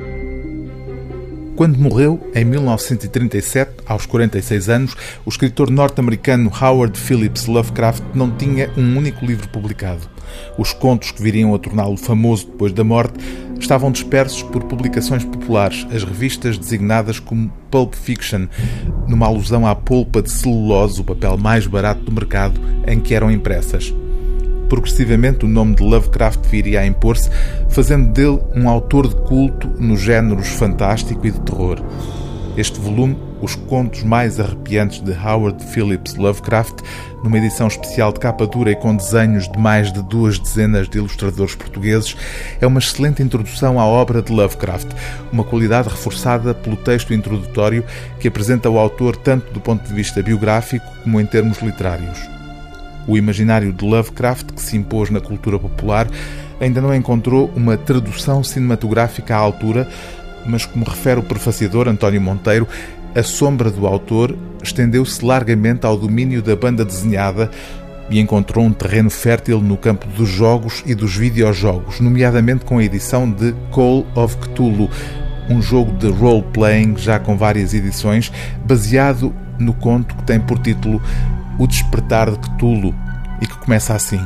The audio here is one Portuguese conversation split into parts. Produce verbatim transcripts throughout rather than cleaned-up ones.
Quando morreu, em mil novecentos e trinta e sete, aos quarenta e seis anos, o escritor norte-americano Howard Phillips Lovecraft não tinha um único livro publicado. Os contos que viriam a torná-lo famoso depois da morte estavam dispersos por publicações populares, as revistas designadas como Pulp Fiction, numa alusão à polpa de celulose, o papel mais barato do mercado, em que eram impressas. Progressivamente, o nome de Lovecraft viria a impor-se, fazendo dele um autor de culto nos géneros fantástico e de terror. Este volume, Os Contos Mais Arrepiantes de Howard Phillips Lovecraft, numa edição especial de capa dura e com desenhos de mais de duas dezenas de ilustradores portugueses, é uma excelente introdução à obra de Lovecraft, uma qualidade reforçada pelo texto introdutório que apresenta o autor tanto do ponto de vista biográfico como em termos literários. O imaginário de Lovecraft, que se impôs na cultura popular, ainda não encontrou uma tradução cinematográfica à altura, mas, como refere o prefaciador António Monteiro, a sombra do autor estendeu-se largamente ao domínio da banda desenhada e encontrou um terreno fértil no campo dos jogos e dos videojogos, nomeadamente com a edição de Call of Cthulhu, um jogo de role-playing já com várias edições, baseado no conto que tem por título O Despertar de Cthulhu, e que começa assim: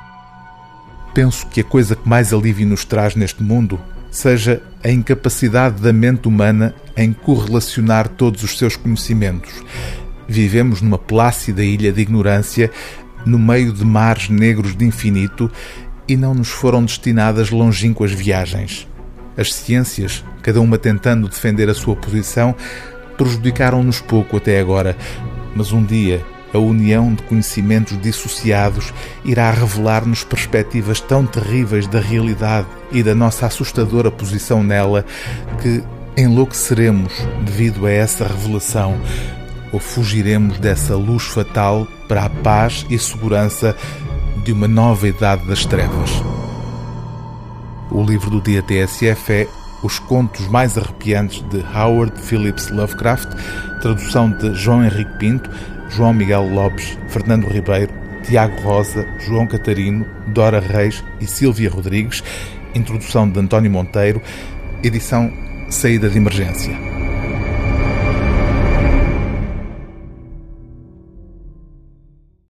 penso que a coisa que mais alívio nos traz neste mundo seja a incapacidade da mente humana em correlacionar todos os seus conhecimentos. Vivemos numa plácida ilha de ignorância, no meio de mares negros de infinito, e não nos foram destinadas longínquas viagens. As ciências, cada uma tentando defender a sua posição, prejudicaram-nos pouco até agora, mas um dia a união de conhecimentos dissociados irá revelar-nos perspectivas tão terríveis da realidade e da nossa assustadora posição nela que enlouqueceremos devido a essa revelação, ou fugiremos dessa luz fatal para a paz e segurança de uma nova idade das trevas. O livro do dia T S F é Os Contos Mais Arrepiantes de Howard Phillips Lovecraft, tradução de João Henrique Pinto, João Miguel Lopes, Fernando Ribeiro, Tiago Rosa, João Catarino, Dora Reis e Sílvia Rodrigues, introdução de António Monteiro, edição Saída de Emergência.